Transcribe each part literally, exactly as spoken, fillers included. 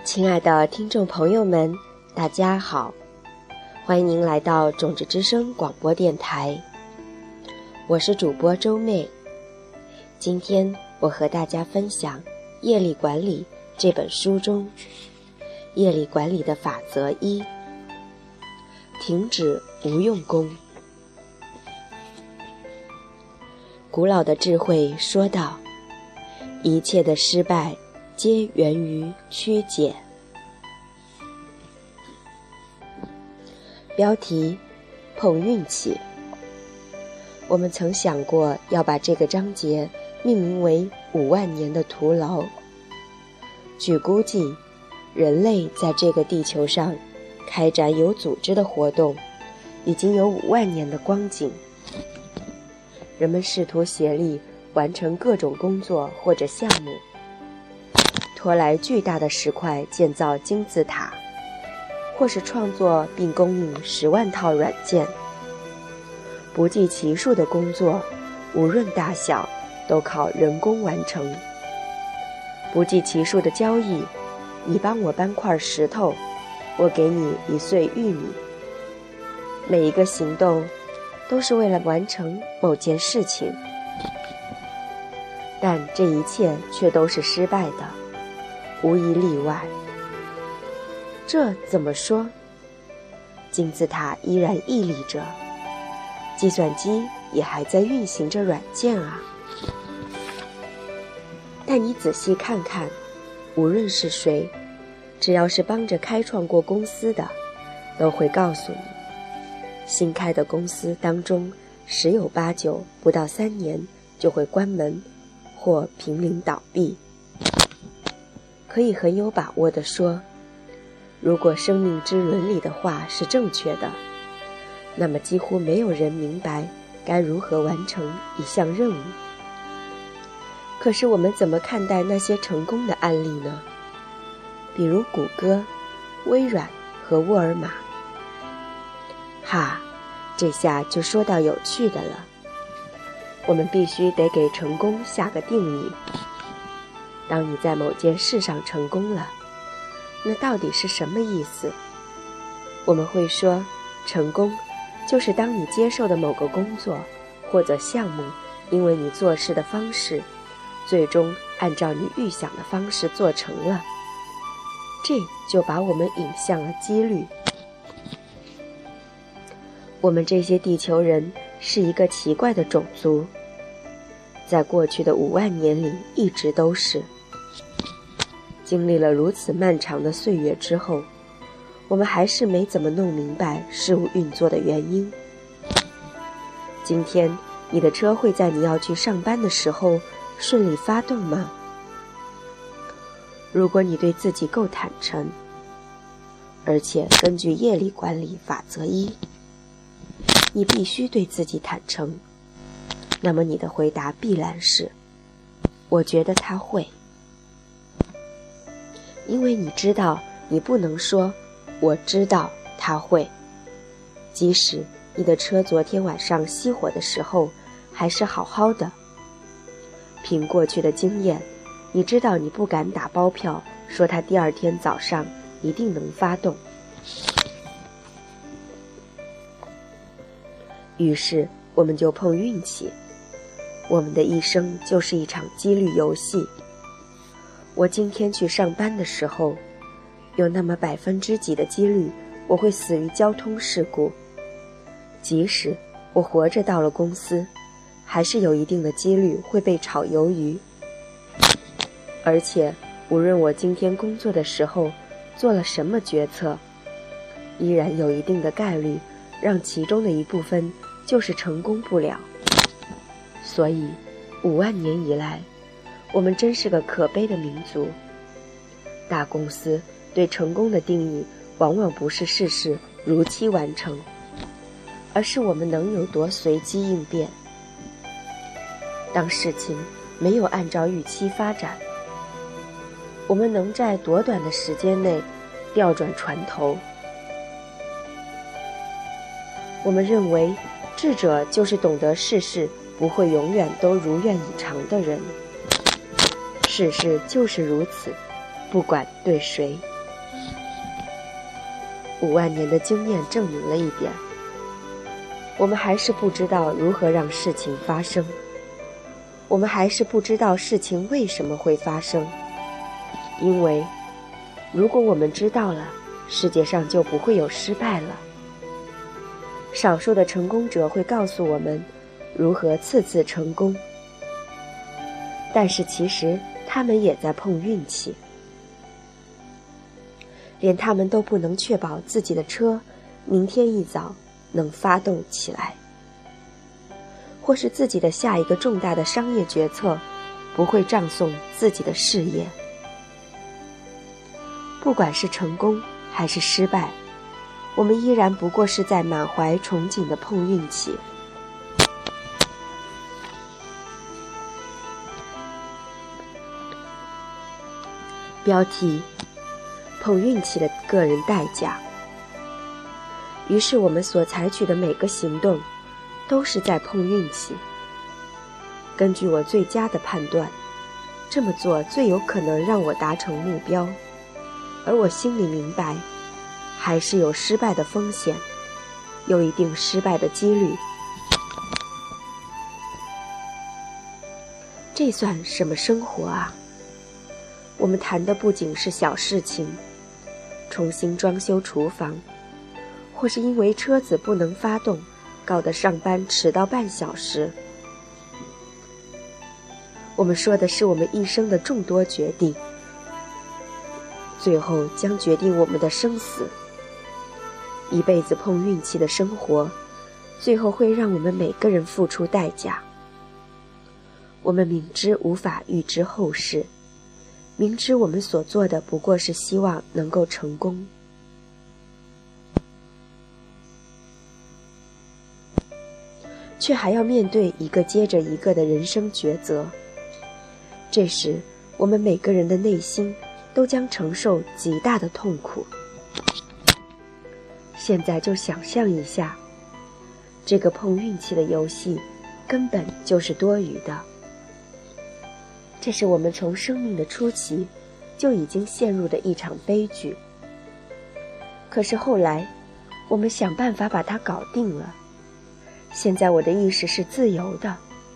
亲爱的听众朋友们，大家好，欢迎您来到种子之声广播电台，我是主播周妹。今天我和大家分享《业力管理》这本书中业力管理的法则一：停止无用功。古老的智慧说道，一切的失败皆源于曲解。标题：碰运气。我们曾想过要把这个章节命名为五万年的徒劳。据估计，人类在这个地球上开展有组织的活动已经有五万年的光景。人们试图协力完成各种工作或者项目，拖来巨大的石块建造金字塔，或是创作并供应十万套软件。不计其数的工作，无论大小，都靠人工完成。不计其数的交易，你帮我搬块石头，我给你一穗玉米。每一个行动都是为了完成某件事情，但这一切却都是失败的，无一例外。这怎么说？金字塔依然屹立着，计算机也还在运行着软件啊。但你仔细看看，无论是谁，只要是帮着开创过公司的，都会告诉你，新开的公司当中，十有八九不到三年就会关门或濒临倒闭。可以很有把握地说，如果生命之伦理的话是正确的，那么几乎没有人明白该如何完成一项任务。可是我们怎么看待那些成功的案例呢？比如谷歌、微软和沃尔玛。哈，这下就说到有趣的了。我们必须得给成功下个定义。当你在某件事上成功了，那到底是什么意思？我们会说，成功就是当你接受的某个工作或者项目，因为你做事的方式，最终按照你预想的方式做成了。这就把我们引向了几率。我们这些地球人是一个奇怪的种族，在过去的五万年里一直都是。经历了如此漫长的岁月之后，我们还是没怎么弄明白事物运作的原因。今天，你的车会在你要去上班的时候顺利发动吗？如果你对自己够坦诚，而且根据业力管理法则一，你必须对自己坦诚，那么你的回答必然是，我觉得他会。因为你知道，你不能说我知道他会，即使你的车昨天晚上熄火的时候还是好好的。凭过去的经验，你知道你不敢打包票说他第二天早上一定能发动。于是我们就碰运气，我们的一生就是一场几率游戏。我今天去上班的时候，有那么百分之几的几率我会死于交通事故。即使我活着到了公司，还是有一定的几率会被炒鱿鱼。而且无论我今天工作的时候做了什么决策，依然有一定的概率让其中的一部分就是成功不了。所以五万年以来，我们真是个可悲的民族。大公司对成功的定义往往不是事事如期完成，而是我们能有多随机应变。当事情没有按照预期发展，我们能在多短的时间内调转船头。我们认为智者就是懂得世事不会永远都如愿以偿的人。世事就是如此，不管对谁。 五万年的经验证明了一点，我们还是不知道如何让事情发生，我们还是不知道事情为什么会发生，因为如果我们知道了，世界上就不会有失败了。少数的成功者会告诉我们如何次次成功，但是其实他们也在碰运气，连他们都不能确保自己的车明天一早能发动起来，或是自己的下一个重大的商业决策不会葬送自己的事业。不管是成功还是失败，我们依然不过是在满怀憧憬的碰运气。标题：碰运气的个人代价。于是我们所采取的每个行动都是在碰运气。根据我最佳的判断，这么做最有可能让我达成目标，而我心里明白还是有失败的风险，有一定失败的几率。这算什么生活啊？我们谈的不仅是小事情，重新装修厨房，或是因为车子不能发动，搞得上班迟到半小时。我们说的是我们一生的众多决定，最后将决定我们的生死。一辈子碰运气的生活，最后会让我们每个人付出代价。我们明知无法预知后事，明知我们所做的不过是希望能够成功，却还要面对一个接着一个的人生抉择。这时，我们每个人的内心都将承受极大的痛苦。现在就想象一下，这个碰运气的游戏根本就是多余的。这是我们从生命的初期就已经陷入的一场悲剧。可是后来，我们想办法把它搞定了。现在我的意识是自由的。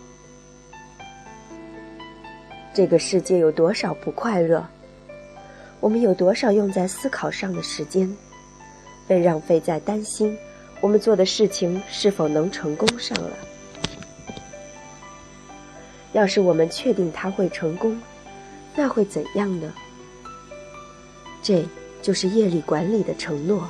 这个世界有多少不快乐，我们有多少用在思考上的时间，被浪费在担心我们做的事情是否能成功上了。要是我们确定它会成功，那会怎样呢？这就是业力管理的承诺。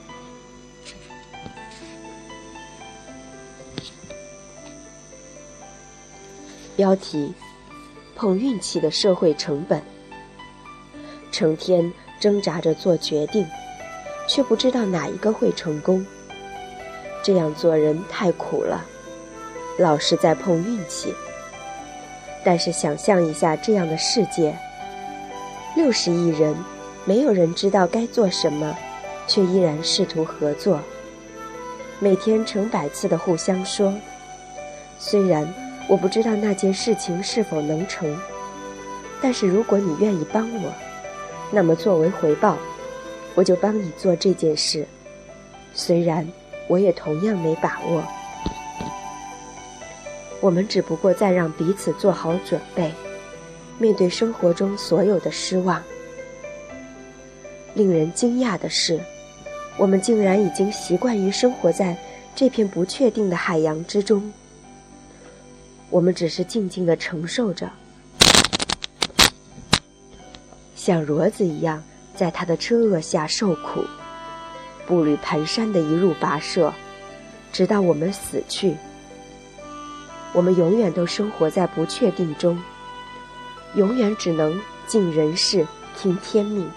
标题：碰运气的社会成本。成天挣扎着做决定，却不知道哪一个会成功，这样做人太苦了，老是在碰运气。但是想象一下这样的世界，六十亿人，没有人知道该做什么，却依然试图合作，每天成百次的互相说，虽然我不知道那件事情是否能成，但是如果你愿意帮我，那么作为回报，我就帮你做这件事，虽然我也同样没把握。我们只不过在让彼此做好准备，面对生活中所有的失望。令人惊讶的是，我们竟然已经习惯于生活在这片不确定的海洋之中。我们只是静静地承受着，像骡子一样在他的车轭下受苦，步履蹒跚地一路跋涉，直到我们死去。我们永远都生活在不确定中，永远只能尽人事听天命。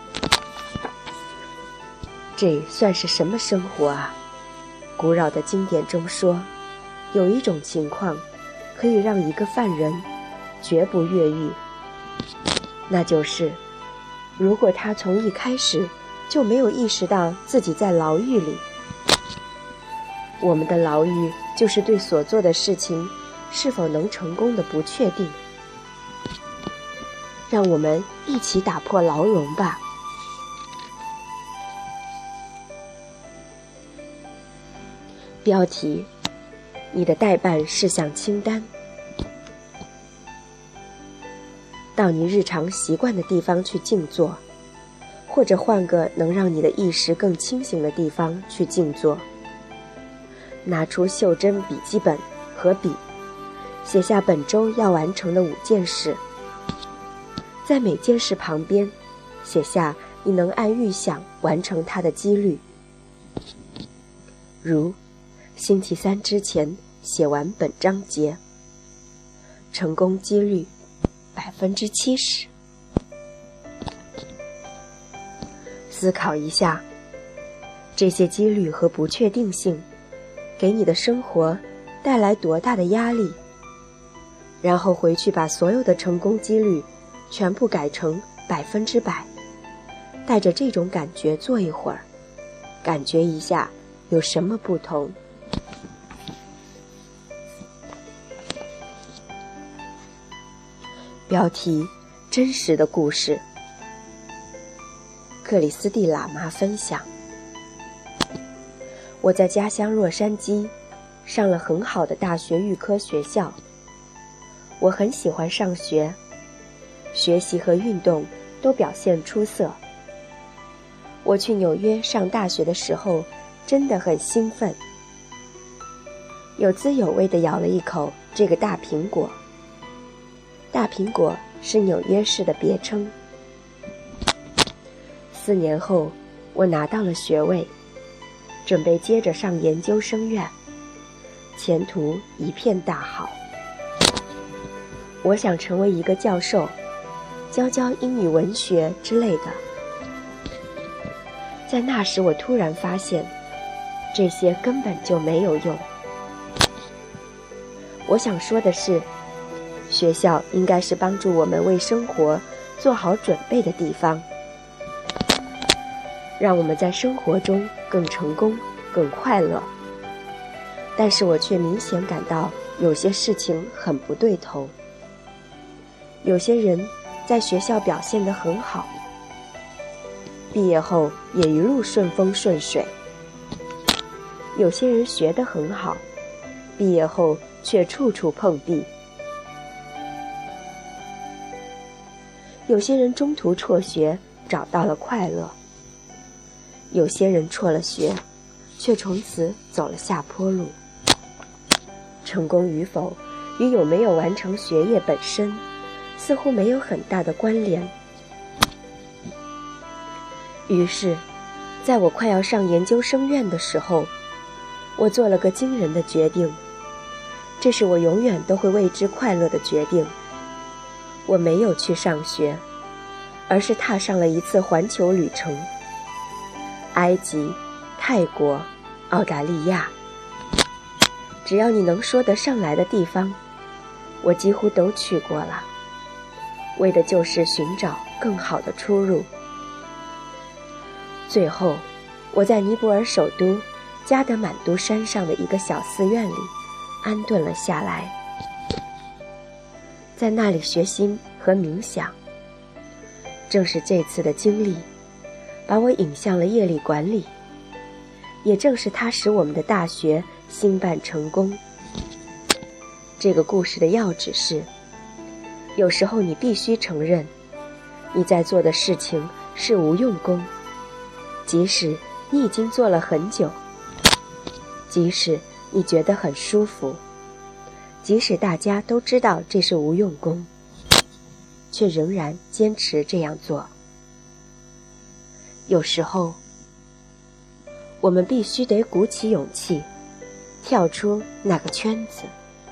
这算是什么生活啊？古老的经典中说，有一种情况可以让一个犯人绝不越狱，那就是如果他从一开始就没有意识到自己在牢狱里。我们的牢狱就是对所做的事情是否能成功的不确定。让我们一起打破牢笼吧。 标题：你的待办事项清单。到你日常习惯的地方去静坐，或者换个能让你的意识更清醒的地方去静坐。拿出袖珍笔记本和笔，写下本周要完成的五件事。在每件事旁边写下你能按预想完成它的几率，如星期三之前写完本章节，成功几率百分之七十。思考一下，这些几率和不确定性给你的生活带来多大的压力？然后回去把所有的成功几率全部改成百分之百，带着这种感觉做一会儿，感觉一下有什么不同。标题：真实的故事。克里斯蒂喇嘛分享：我在家乡洛杉矶上了很好的大学预科学校，我很喜欢上学，学习和运动都表现出色。我去纽约上大学的时候真的很兴奋，有滋有味地咬了一口这个大苹果。大苹果是纽约市的别称。四年后，我拿到了学位，准备接着上研究生院，前途一片大好。我想成为一个教授，教教英语文学之类的。在那时，我突然发现，这些根本就没有用。我想说的是，学校应该是帮助我们为生活做好准备的地方，让我们在生活中更成功、更快乐。但是我却明显感到有些事情很不对头。有些人在学校表现得很好，毕业后也一路顺风顺水。有些人学得很好，毕业后却处处碰壁。有些人中途辍学，找到了快乐。有些人辍了学，却从此走了下坡路。成功与否，与有没有完成学业本身，似乎没有很大的关联。于是，在我快要上研究生院的时候，我做了个惊人的决定，这是我永远都会为之快乐的决定。我没有去上学，而是踏上了一次环球旅程。埃及、泰国、澳大利亚，只要你能说得上来的地方，我几乎都去过了，为的就是寻找更好的出路。最后，我在尼泊尔首都加德满都山上的一个小寺院里安顿了下来，在那里学习和冥想。正是这次的经历把我引向了业力管理，也正是它使我们的大学兴办成功。这个故事的要旨是，有时候你必须承认你在做的事情是无用功，即使你已经做了很久，即使你觉得很舒服，即使大家都知道这是无用功，却仍然坚持这样做。有时候，我们必须得鼓起勇气，跳出那个圈子。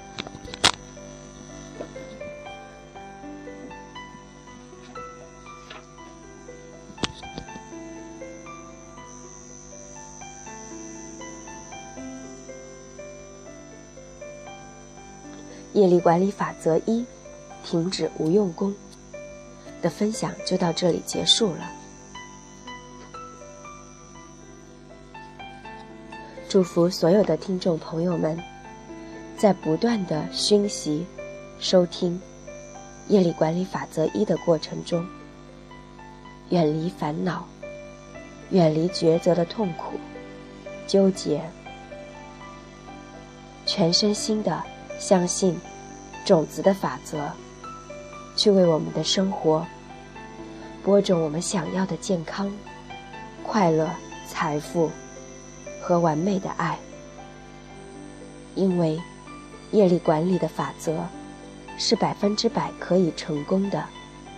业力管理法则一：停止无用功的分享就到这里结束了。祝福所有的听众朋友们，在不断的熏习、收听业力管理法则一的过程中，远离烦恼，远离抉择的痛苦、纠结， 全身心地相信种子的法则，去为我们的生活播种我们想要的健康、快乐、财富和完美的爱。因为业力管理的法则是百分之百可以成功的。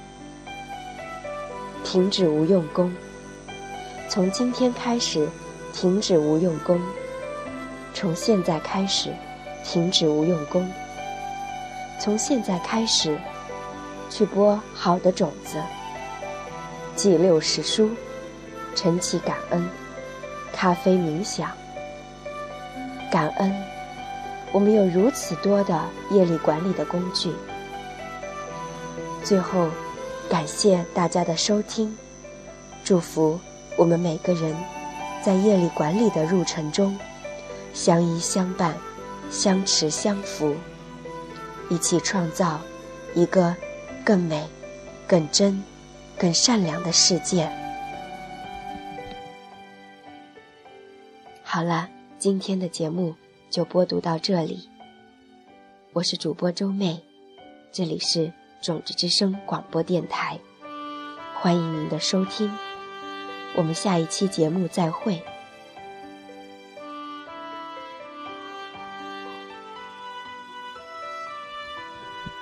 停止无用功，从今天开始停止无用功，从现在开始停止无用功，从现在开始去播好的种子，记六十书，晨起感恩，咖啡冥想。感恩我们有如此多的业力管理的工具。最后感谢大家的收听，祝福我们每个人在业力管理的路程中相依相伴，相持相扶，一起创造一个更美、更真、更善良的世界。好了，今天的节目就播读到这里，我是主播周妹，这里是种子之声广播电台，欢迎您的收听，我们下一期节目再会。